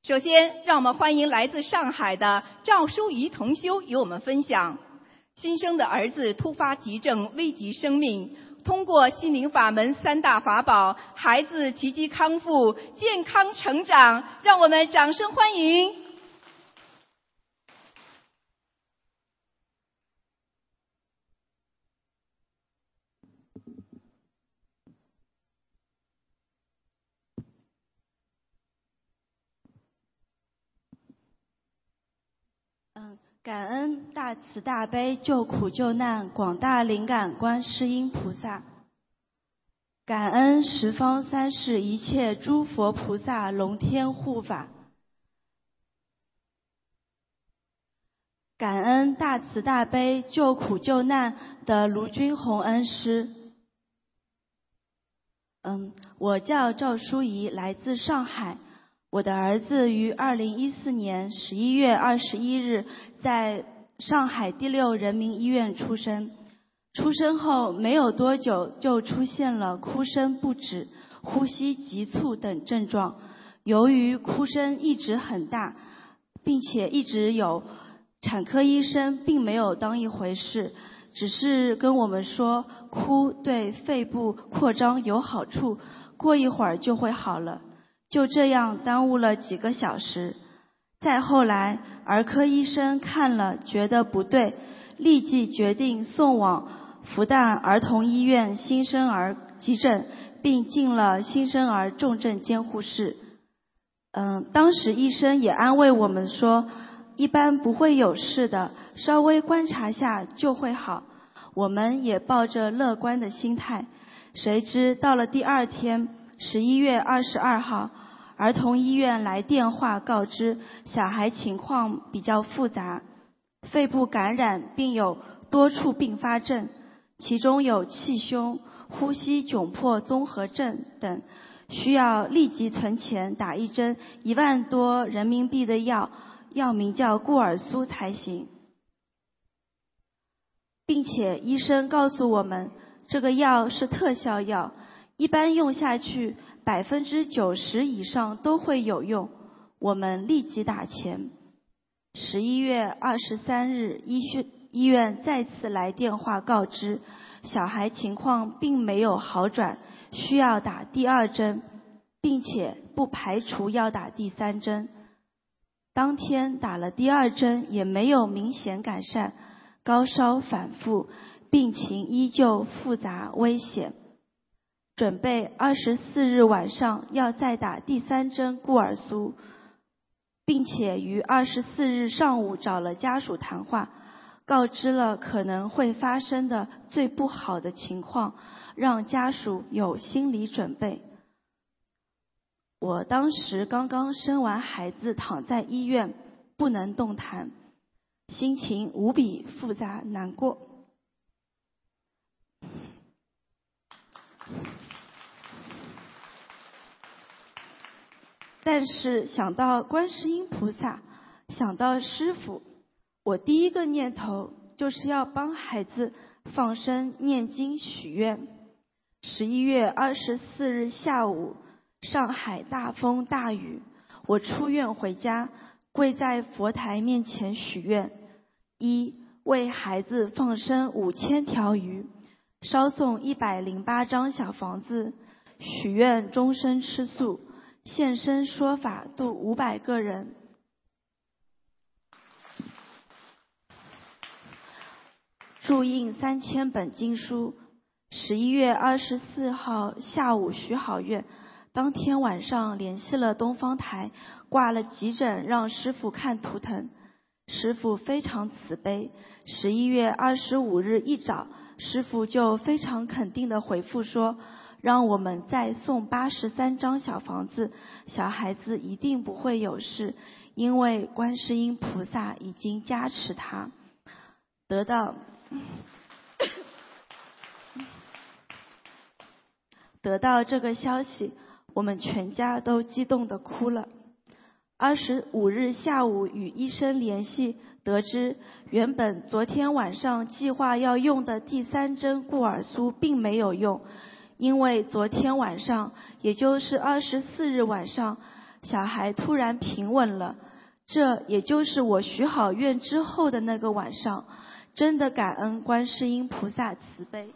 首先，让我们欢迎来自上海的赵淑怡同修与我们分享新生的儿子突发急症危及生命，通过心灵法门3大法宝，孩子奇迹康复，健康成长。让我们掌声欢迎。 感恩大慈大悲救苦救难广大灵感观世音菩萨，感恩十方三世一切诸佛菩萨龙天护法，感恩大慈大悲救苦救难的卢军宏恩师。我叫赵淑怡，来自上海。我的儿子于2014年11月21日在上海第6人民医院出生。出生后没有多久就出现了哭声不止、呼吸急促等症状。由于哭声一直很大，并且一直有，产科医生并没有当一回事，只是跟我们说哭对肺部扩张有好处，过一会儿就会好了。就这样耽误了几个小时。再后来，儿科医生看了觉得不对，立即决定送往复旦儿童医院新生儿急诊，并进了新生儿重症监护室。当时医生也安慰我们说，一般不会有事的，稍微观察下就会好。我们也抱着乐观的心态。谁知到了第2天，11月22号，儿童医院来电话告知小孩情况比较复杂，肺部感染并有多处并发症，其中有气胸、呼吸窘迫综合症等，需要立即存钱打一针1万多人民币的药，药名叫固尔苏才行。并且医生告诉我们，这个药是特效药，一般用下去90%以上都会有用。我们立即打钱。11月23日，医院再次来电话告知，小孩情况并没有好转，需要打第2针，并且不排除要打第3针。当天打了第2针，也没有明显改善，高烧反复，病情依旧复杂危险。准备24日晚上要再打第3针固尔苏，并且于24日上午找了家属谈话，告知了可能会发生的最不好的情况，让家属有心理准备。我当时刚刚生完孩子，躺在医院不能动弹，心情无比复杂难过。但是想到观世音菩萨，想到师父，我第一个念头就是要帮孩子放生念经许愿。11月24日下午，上海大风大雨，我出院回家，跪在佛台面前许愿：一、为孩子放生5000条鱼，烧送108张小房子，许愿终身吃素，现身说法度500个人。注印3000本经书。11月24号下午许好愿，当天晚上联系了东方台，挂了急诊让师父看图腾。师父非常慈悲，11月25日一早，师父就非常肯定地回复说，让我们再送83张小房子，小孩子一定不会有事，因为观世音菩萨已经加持他。得到这个消息，我们全家都激动地哭了。25日下午与医生联系，得知原本昨天晚上计划要用的第3针固尔苏并没有用，因为昨天晚上，也就是24日晚上， 小孩突然平稳了。这也就是我许好愿之后的那个晚上，真的感恩观世音菩萨慈悲。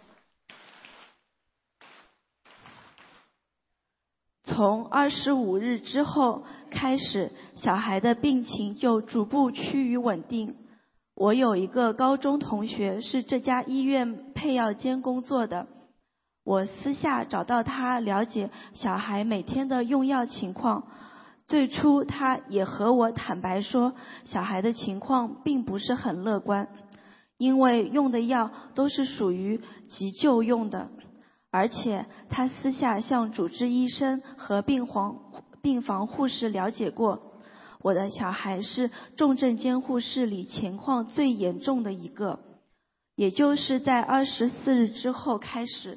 从25日之后开始，小孩的病情就逐步趋于稳定。我有一个高中同学是这家医院配药监工作的，我私下找到他了解小孩每天的用药情况。最初他也和我坦白说，小孩的情况并不是很乐观，因为用的药都是属于急救用的。而且他私下向主治医生和病房护士了解过，我的小孩是重症监护室里情况最严重的一个。也就是在24日之后开始，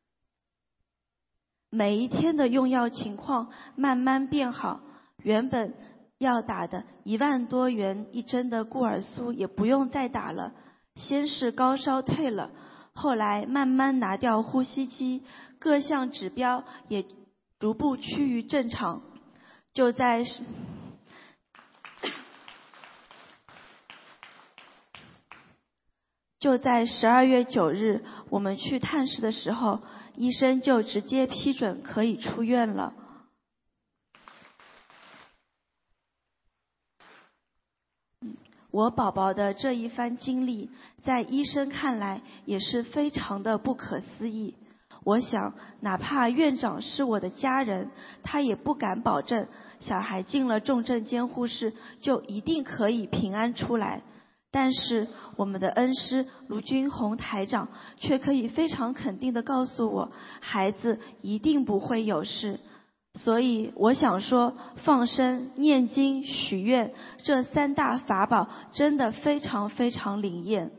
每一天的用药情况慢慢变好，原本要打的1万多元一针的固尔苏也不用再打了，先是高烧退了，后来慢慢拿掉呼吸机，各项指标也逐步趋于正常。就在12月9日，我们去探视的时候，医生就直接批准可以出院了。我宝宝的这一番经历，在医生看来也是非常的不可思议。我想，哪怕院长是我的家人，他也不敢保证小孩进了重症监护室就一定可以平安出来。但是我们的恩师卢军宏台长却可以非常肯定地告诉我，孩子一定不会有事。所以我想说，放生、念经、许愿这3大法宝真的非常非常灵验。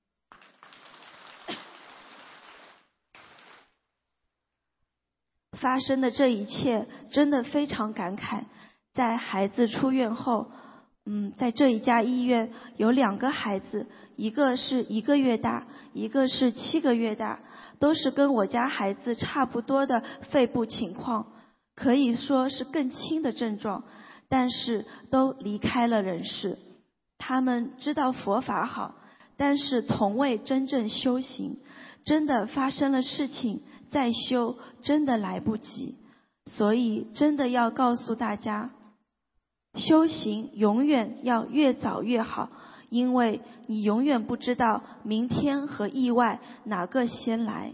发生的这一切真的非常感慨。在孩子出院后，在这一家医院有2个孩子，一个是1个月大，一个是7个月大，都是跟我家孩子差不多的肺部情况，可以说是更轻的症状，但是都离开了人世。他们知道佛法好，但是从未真正修行，真的发生了事情再修真的来不及。所以真的要告诉大家，修行永远要越早越好，因为你永远不知道明天和意外哪个先来。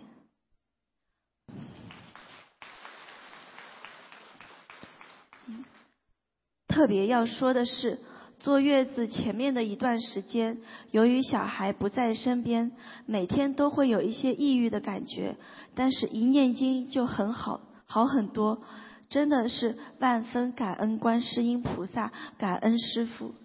特别要说的是，坐月子前面的一段时间，由于小孩不在身边，每天都会有一些抑郁的感觉，但是一念经就好很多，真的是万分感恩观世音菩萨，感恩师父。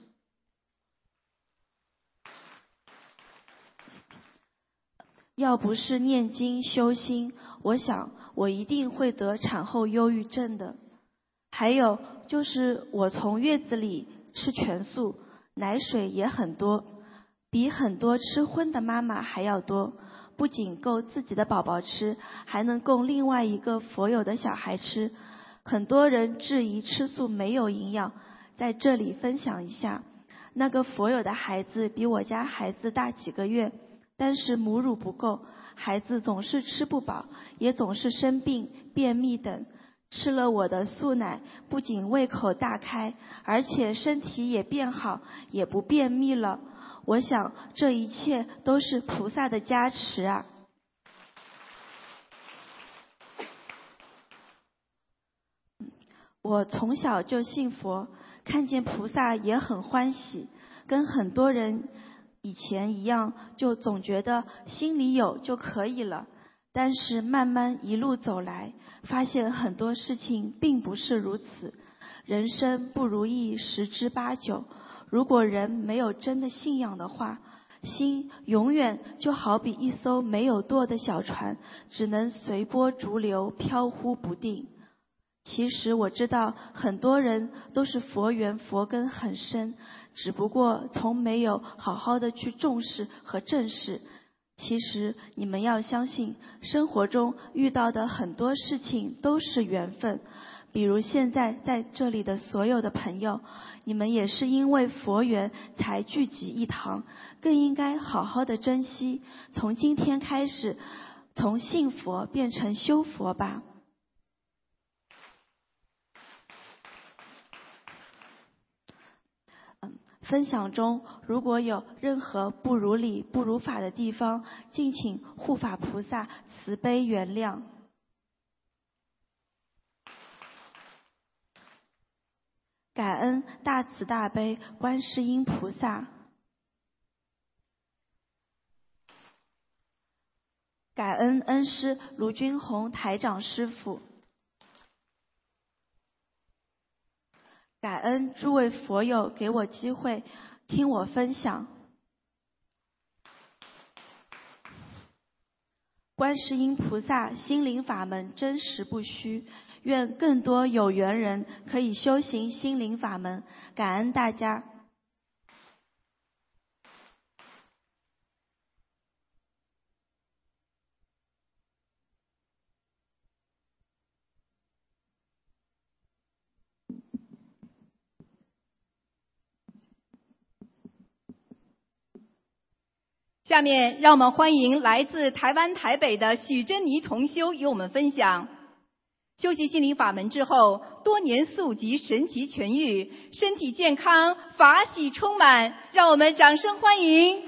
要不是念经修心，我想我一定会得产后忧郁症的。还有就是我从月子里吃全素，奶水也很多，比很多吃荤的妈妈还要多，不仅够自己的宝宝吃，还能供另外一个佛友的小孩吃。很多人质疑吃素没有营养，在这里分享一下，那个佛友的孩子比我家孩子大几个月，但是母乳不够，孩子总是吃不饱，也总是生病、便秘等。吃了我的素奶，不仅胃口大开，而且身体也变好，也不便秘了。我想这一切都是菩萨的加持啊。我从小就信佛，看见菩萨也很欢喜，跟很多人以前一样，就总觉得心里有就可以了。但是慢慢一路走来，发现很多事情并不是如此。人生不如意十之八九，如果人没有真的信仰的话，心永远就好比一艘没有舵的小船，只能随波逐流，飘忽不定。其实我知道很多人都是佛缘佛根很深，只不过从没有好好的去重视和正视。其实你们要相信，生活中遇到的很多事情都是缘分， 比如现在在这里的所有的朋友，你们也是因为佛缘才聚集一堂，更应该好好的珍惜，从今天开始，从信佛变成修佛吧。分享中如果有任何不如理不如法的地方，敬请护法菩萨慈悲原谅。感恩大慈大悲观世音菩萨，感恩恩师卢军宏台长师父，感恩诸位佛友给我机会听我分享。观世音菩萨心灵法门真实不虚，愿更多有缘人可以修行心灵法门，感恩大家。 下面让我们欢迎来自台湾台北的许珍妮同修与我们分享，修习心灵法门之后，多年宿疾神奇痊愈，身体健康，法喜充满，让我们掌声欢迎。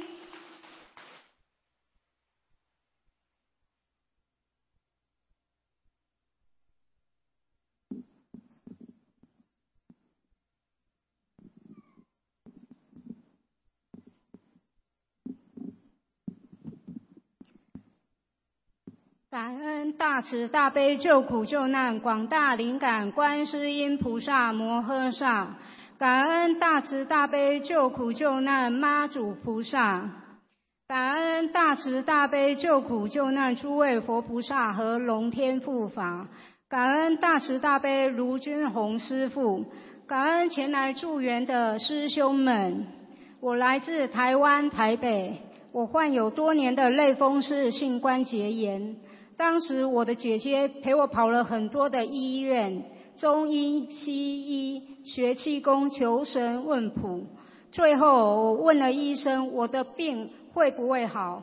感恩大慈大悲救苦救难广大灵感观世音菩萨摩诃萨，感恩大慈大悲救苦救难妈祖菩萨，感恩大慈大悲救苦救难诸位佛菩萨和龙天护法，感恩大慈大悲卢军宏师父，感恩前来助缘的师兄们。我来自台湾台北，我患有多年的类风湿性关节炎。当时我的姐姐陪我跑了很多的医院，中医、西医，学气功、求神问卜，最后我问了医生，我的病会不会好？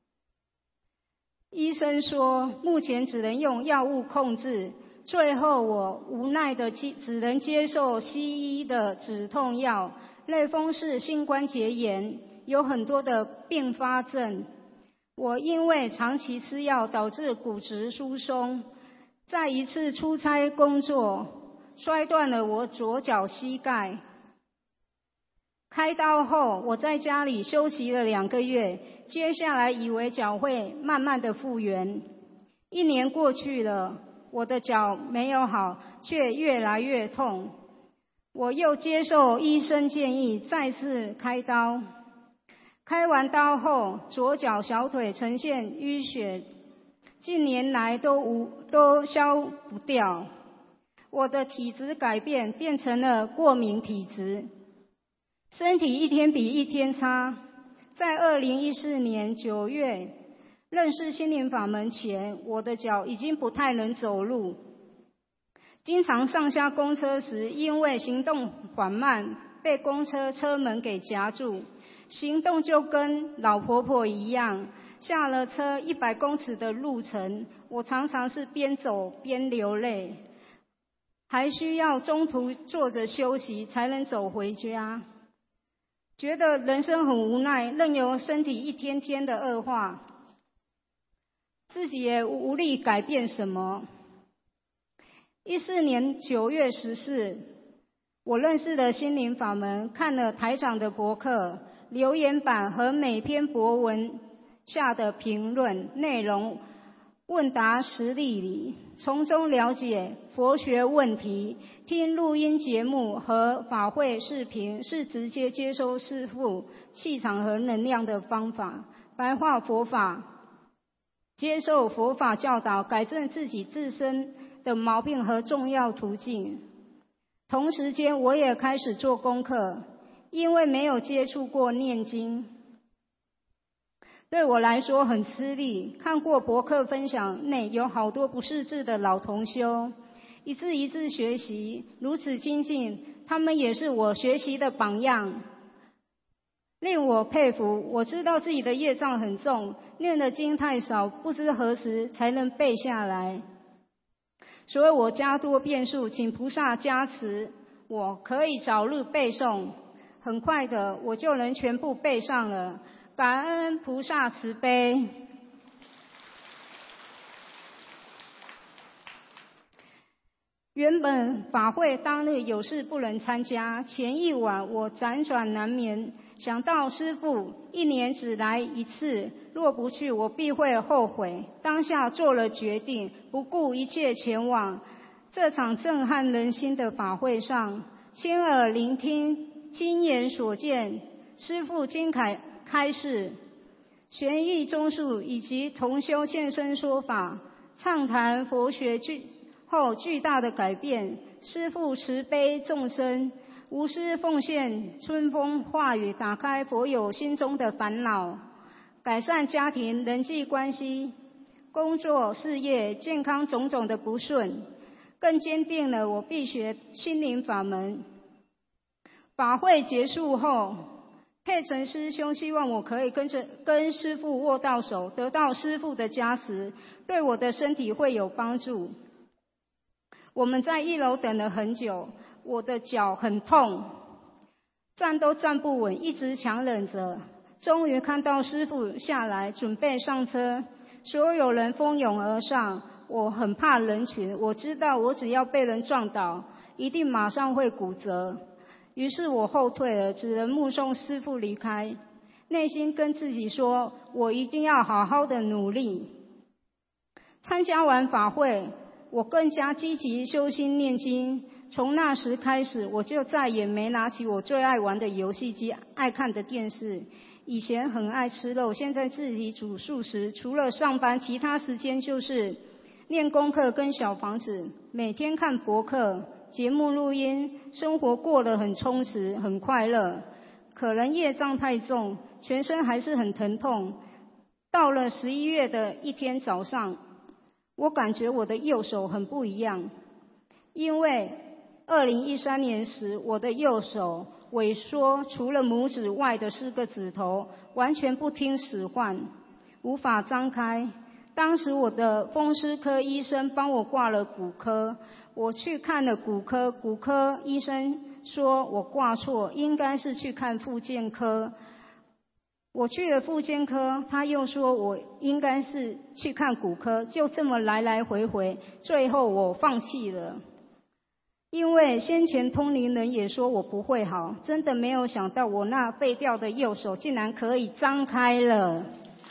医生说目前只能用药物控制，最后我无奈的只能接受西医的止痛药。类风湿性关节炎有很多的并发症，我因为长期吃药导致骨质疏松，在一次出差工作摔断了我左脚膝盖。开刀后我在家里休息了2个月，接下来以为脚会慢慢的复原。1年过去了，我的脚没有好，却越来越痛。我又接受医生建议再次开刀。开完刀后，左脚小腿呈现淤血，近年来都消不掉。我的体质改变，变成了过敏体质，身体一天比一天差。在2014年9月认识心灵法门前，我的脚已经不太能走路，经常上下公车时，因为行动缓慢，被公车车门给夹住。行动就跟老婆婆一样，下了车100公尺的路程，我常常是边走边流泪，还需要中途坐着休息才能走回家。觉得人生很无奈，任由身体一天天的恶化，自己也无力改变什么。14年9月14，我认识了心灵法门，看了台长的博客留言板和每篇博文下的评论内容，问答实例里，从中了解佛学问题。听录音节目和法会视频是直接接收师父气场和能量的方法，白话佛法，接受佛法教导，改正自己自身的毛病和重要途径。同时间我也开始做功课，因为没有接触过念经，对我来说很吃力。看过博客分享内有好多不识字的老同修， 一字一字学习，如此精进，他们也是我学习的榜样，令我佩服。我知道自己的业障很重，念的经太少，不知何时才能背下来，所以我加多遍数，请菩萨加持，我可以早日背诵，很快的我就能全部背上了，感恩菩萨慈悲。原本法会当日有事不能参加，前一晚我辗转难眠，想到师父1年只来一次，若不去我必会后悔。当下做了决定，不顾一切前往这场震撼人心的法会上，亲耳聆听，亲眼所见师父经开示，玄义中术以及同修现身说法，畅谈佛学后巨大的改变。师父慈悲众生，无私奉献，春风化雨，打开佛友心中的烦恼，改善家庭人际关系、工作事业健康种种的不顺，更坚定了我必学心灵法门。法会结束后，佩岑师兄希望我可以跟师父握到手，得到师父的加持，对我的身体会有帮助。我们在1楼等了很久，我的脚很痛，站都站不稳，一直强忍着。终于看到师父下来准备上车，所有人蜂拥而上，我很怕人群，我知道我只要被人撞倒，一定马上会骨折。于是我后退了，只能目送师父离开，内心跟自己说，我一定要好好的努力。参加完法会，我更加积极修心念经，从那时开始，我就再也没拿起我最爱玩的游戏机、爱看的电视。以前很爱吃肉，现在自己煮素食，除了上班，其他时间就是念功课跟小房子，每天看博客、节目录音，生活过得很充实、很快乐。可能业障太重，全身还是很疼痛。到了11月的一天早上，我感觉我的右手很不一样，因为2013年时我的右手萎缩，除了拇指外的4个指头完全不听使唤，无法张开。当时我的风湿科医生帮我挂了骨科，我去看了骨科，骨科医生说我挂错，应该是去看复健科。我去了复健科，他又说我应该是去看骨科，就这么来来回回，最后我放弃了。因为先前通灵人也说我不会好，真的没有想到我那废掉的右手竟然可以张开了。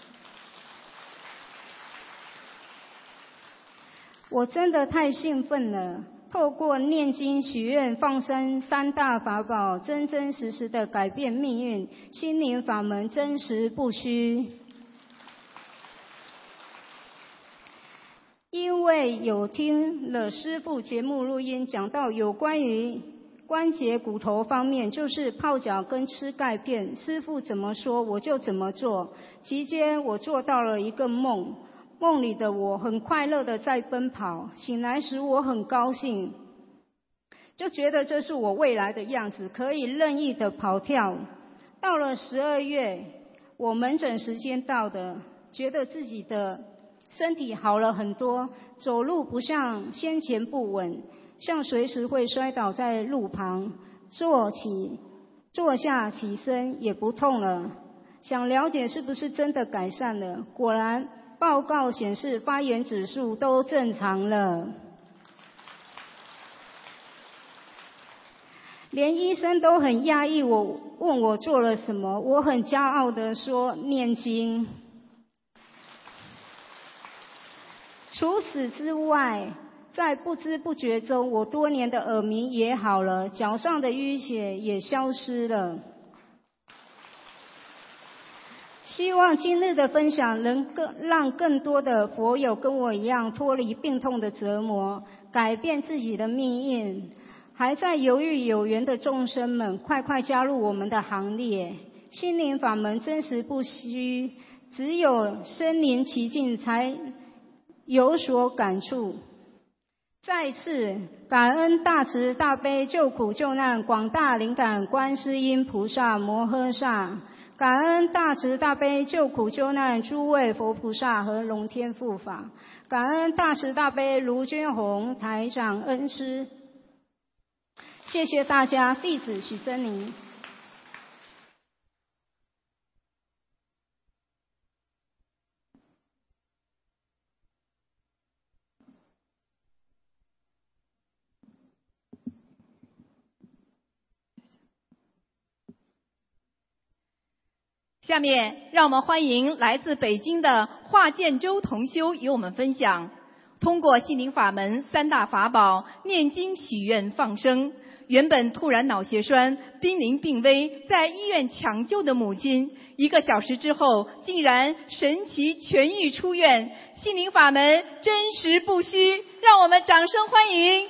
我真的太兴奋了，透过念经许愿放生3大法宝，真真实实的改变命运，心灵法门真实不虚。因为有听了师父节目录音，讲到有关于关节骨头方面，就是泡脚跟吃钙片，师父怎么说我就怎么做。期间我做到了一个梦，梦里的我很快乐的在奔跑，醒来时我很高兴，就觉得这是我未来的样子，可以任意的跑跳。到了12月，我门诊时间到的，觉得自己的身体好了很多，走路不像先前不稳，像随时会摔倒在路旁，坐下起身也不痛了。想了解是不是真的改善了，果然报告显示发炎指数都正常了。连医生都很讶异，我问我做了什么，我很骄傲地说念经。除此之外，在不知不觉中，我多年的耳鸣也好了，脚上的淤血也消失了。希望今日的分享能让更多的佛友跟我一样脱离病痛的折磨，改变自己的命运。还在犹豫有缘的众生们，快快加入我们的行列。心灵法门真实不虚，只有身临其境才有所感触。 再次感恩大慈大悲救苦救难广大灵感观世音菩萨摩诃萨，感恩大慈大悲救苦救难诸位佛菩萨和龙天护法，感恩大慈大悲卢军宏台长恩师。谢谢大家，弟子许珍妮。 下面让我们欢迎来自北京的华建州同修与我们分享，通过心灵法门三大法宝念经许愿放生，原本突然脑血栓濒临病危，在医院抢救的母亲，1个小时之后竟然神奇痊愈出院，心灵法门真实不虚，让我们掌声欢迎。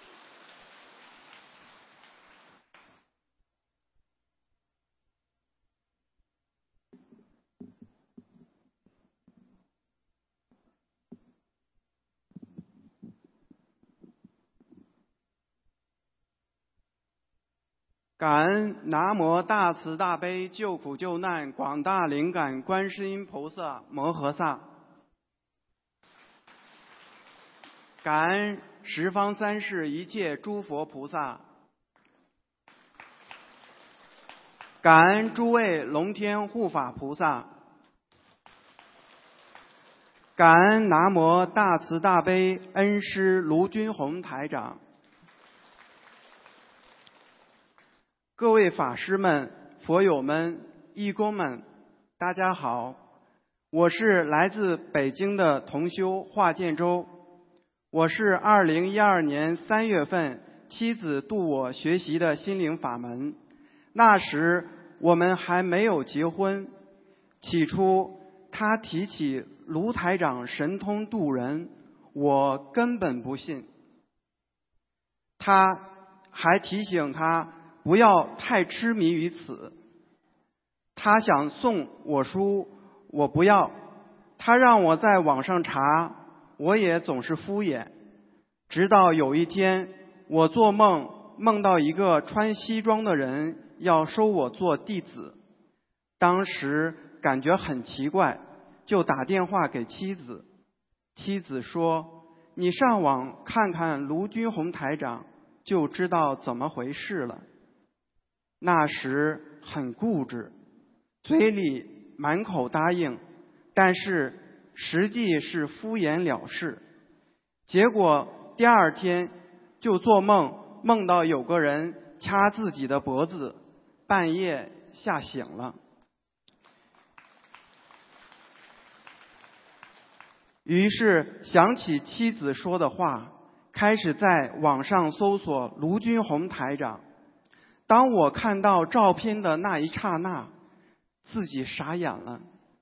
感恩南无大慈大悲救苦救难广大灵感观世音菩萨摩诃萨，感恩十方三世一切诸佛菩萨，感恩诸位龙天护法菩萨，感恩南无大慈大悲恩师卢军宏台长。各位法师们、佛友们、义工们，大家好，我是来自北京的同修华建州，我是2012年3月份妻子度我学习的心灵法门，那时我们还没有结婚。起初他提起卢台长神通度人，我根本不信。他还提醒他不要太痴迷于此。他想送我书，我不要。他让我在网上查，我也总是敷衍。直到有一天，我做梦到一个穿西装的人要收我做弟子。当时感觉很奇怪，就打电话给妻子。妻子说：“你上网看看卢军宏台长，就知道怎么回事了。”那时很固执，嘴里满口答应，但是实际是敷衍了事。结果第二天就做梦到有个人掐自己的脖子，半夜吓醒了。于是想起妻子说的话，开始在网上搜索卢军宏台长。当我看到照片的那一刹那，自己傻眼了。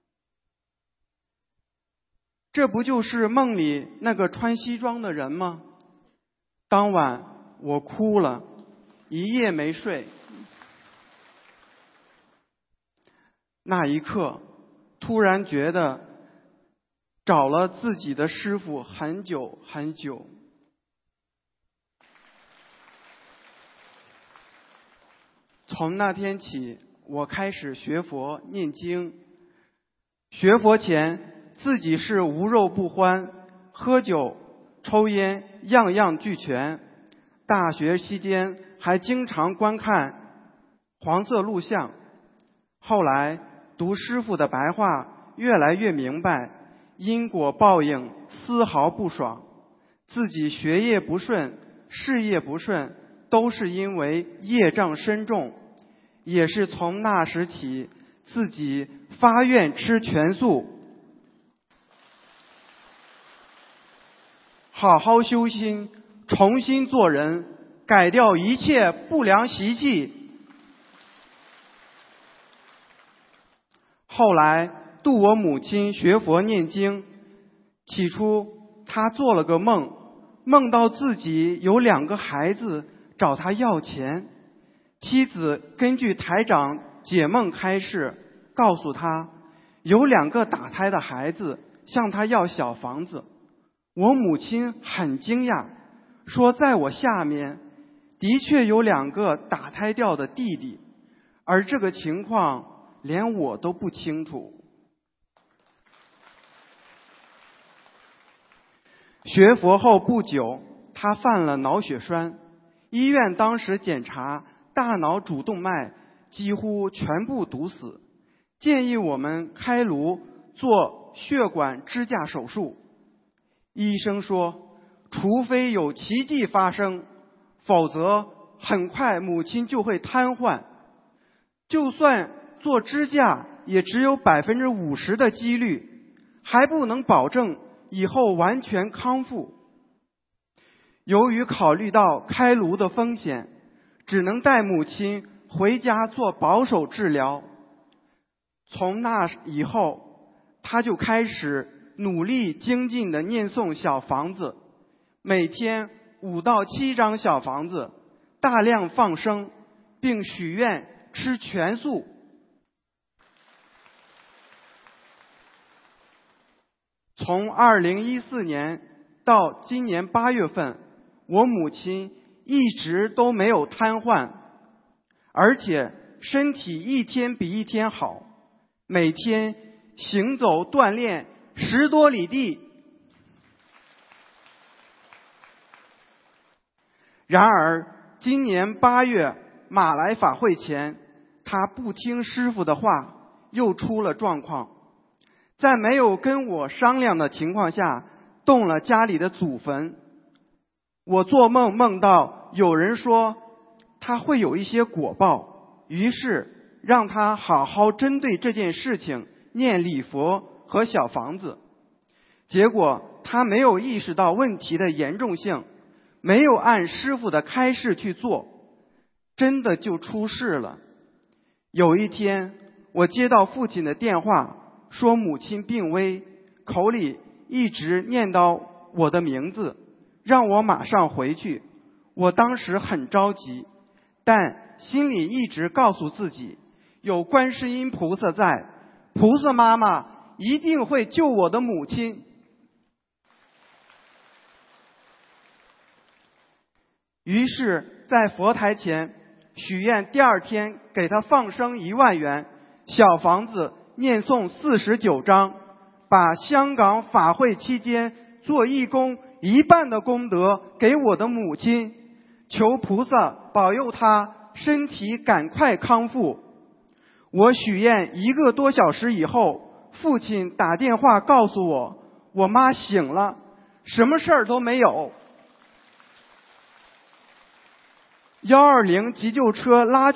这不就是梦里那个穿西装的人吗？当晚我哭了，一夜没睡。那一刻，突然觉得找了自己的师父很久很久。从那天起，我开始学佛念经。学佛前，自己是无肉不欢，喝酒、抽烟样样俱全。大学期间还经常观看黄色录像。后来读师父的白话，越来越明白因果报应，丝毫不爽。自己学业不顺，事业不顺，都是因为业障深重。也是从那时起，自己发愿吃全素，好好修心，重新做人，改掉一切不良习气。后来度我母亲学佛念经，起初她做了个梦，梦到自己有2个孩子找她要钱。妻子根据台长解梦开示，告诉他有2个打胎的孩子向他要小房子。我母亲很惊讶， 说在我下面的确有2个打胎掉的弟弟，而这个情况连我都不清楚。学佛后不久，他犯了脑血栓，医院当时检查大脑主动脉几乎全部堵死，建议我们开颅做血管支架手术。医生说，除非有奇迹发生，否则很快母亲就会瘫痪。就算做支架，也只有50%的几率，还不能保证以后完全康复。由于考虑到开颅的风险，只能带母亲回家做保守治疗。从那以后，他就开始努力精进地念诵小房子，每天5到7张小房子，大量放生，并许愿吃全素。从2014年到今年8月份，我母亲一直都没有瘫痪，而且身体一天比一天好，每天行走锻炼10多里地。然而今年8月马来法会前，他不听师父的话，又出了状况。在没有跟我商量的情况下，动了家里的祖坟。我做梦梦到有人说他会有一些果报，于是让他好好针对这件事情念礼佛和小房子。结果他没有意识到问题的严重性，没有按师父的开示去做，真的就出事了。有一天，我接到父亲的电话，说母亲病危，口里一直念叨我的名字，让我马上回去。我当时很着急，但心里一直告诉自己，有观世音菩萨在，菩萨妈妈一定会救我的母亲。于是在佛台前许愿，第2天给他放生1万元，小房子念诵49章，把香港法会期间做义工1半的功德给我的母亲，求菩萨保佑她身体赶快康复。我许愿1个多小时以后，父亲打电话告诉我，我妈醒了，什么事儿都没有。120急救车拉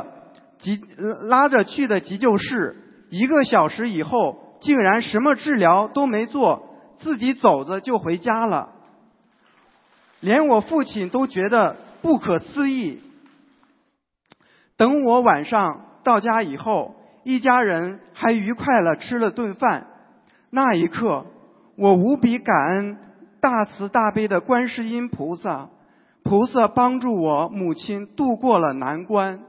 着去的急救室，1个小时以后竟然什么治疗都没做，自己走着就回家了。连我父亲都觉得不可思议。等我晚上到家以后，一家人还愉快了吃了顿饭。那一刻，我无比感恩大慈大悲的观世音菩萨，菩萨帮助我母亲度过了难关。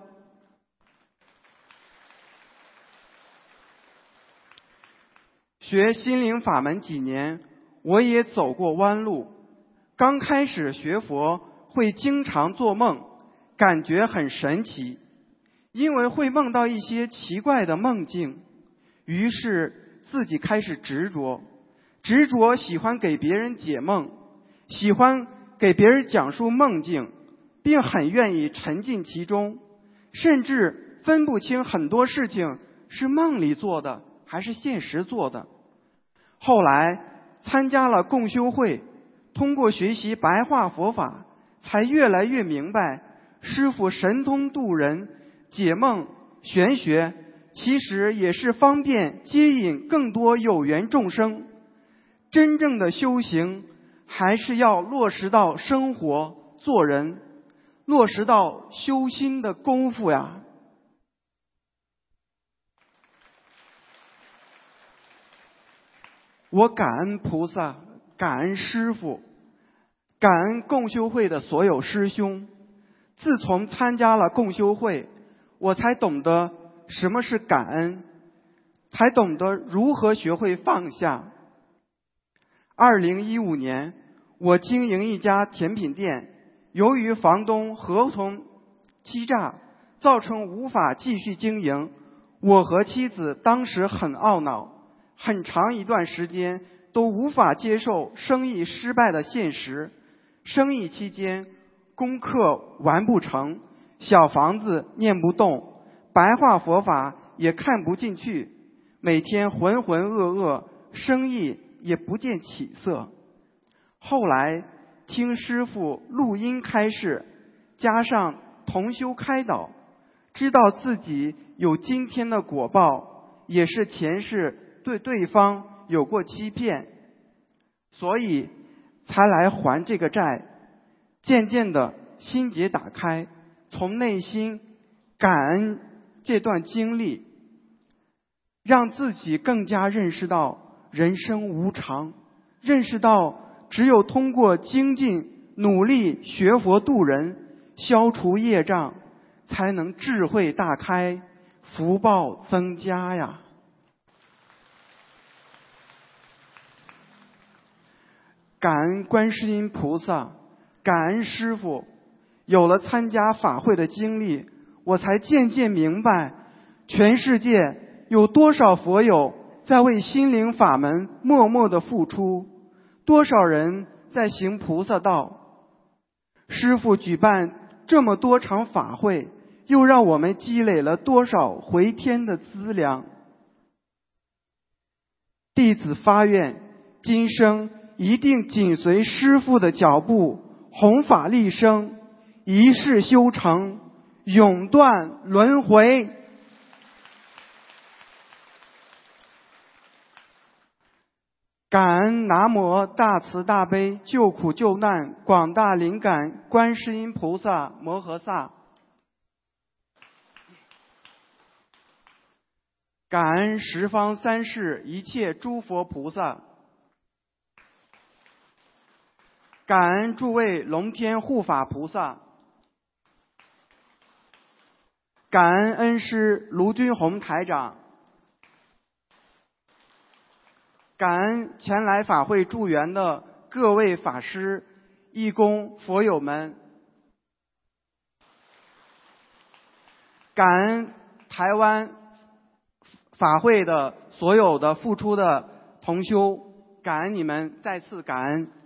学心灵法门几年，我也走过弯路。刚开始学佛会经常做梦，感觉很神奇，因为会梦到一些奇怪的梦境，于是自己开始执着喜欢给别人解梦，喜欢给别人讲述梦境，并很愿意沉浸其中，甚至分不清很多事情是梦里做的还是现实做的。后来参加了共修会，通过学习白话佛法，才越来越明白师父神通渡人，解梦玄学其实也是方便接引更多有缘众生。真正的修行还是要落实到生活做人，落实到修心的功夫呀。我感恩菩萨，感恩师父，感恩共修会的所有师兄。自从参加了共修会，我才懂得什么是感恩，才懂得如何学会放下。2015年， 我经营一家甜品店，由于房东合同欺诈，造成无法继续经营。我和妻子当时很懊恼，很长一段时间都无法接受生意失败的现实。生意期间，功课完不成，小房子念不动，白话佛法也看不进去，每天浑浑噩噩，生意也不见起色。后来听师父录音开示，加上同修开导，知道自己有今天的果报，也是前世对对方有过欺骗，所以才来还这个债。渐渐的心结打开，从内心感恩这段经历，让自己更加认识到人生无常，认识到只有通过精进努力学佛度人，消除业障，才能智慧大开，福报增加呀。感恩观世音菩萨，感恩师父，有了参加法会的经历，我才渐渐明白，全世界有多少佛友在为心灵法门默默的付出，多少人在行菩萨道。师父举办这么多场法会，又让我们积累了多少回天的资粮。弟子发愿，今生一定紧随师父的脚步，弘法利生，一世修成，永断轮回。感恩南无大慈大悲救苦救难广大灵感观世音菩萨摩诃萨，感恩十方三世一切诸佛菩萨，感恩诸位龙天护法菩萨，感恩恩师卢军宏台长，感恩前来法会助缘的各位法师、义工、佛友们，感恩台湾法会的所有的付出的同修，感恩你们，再次感恩。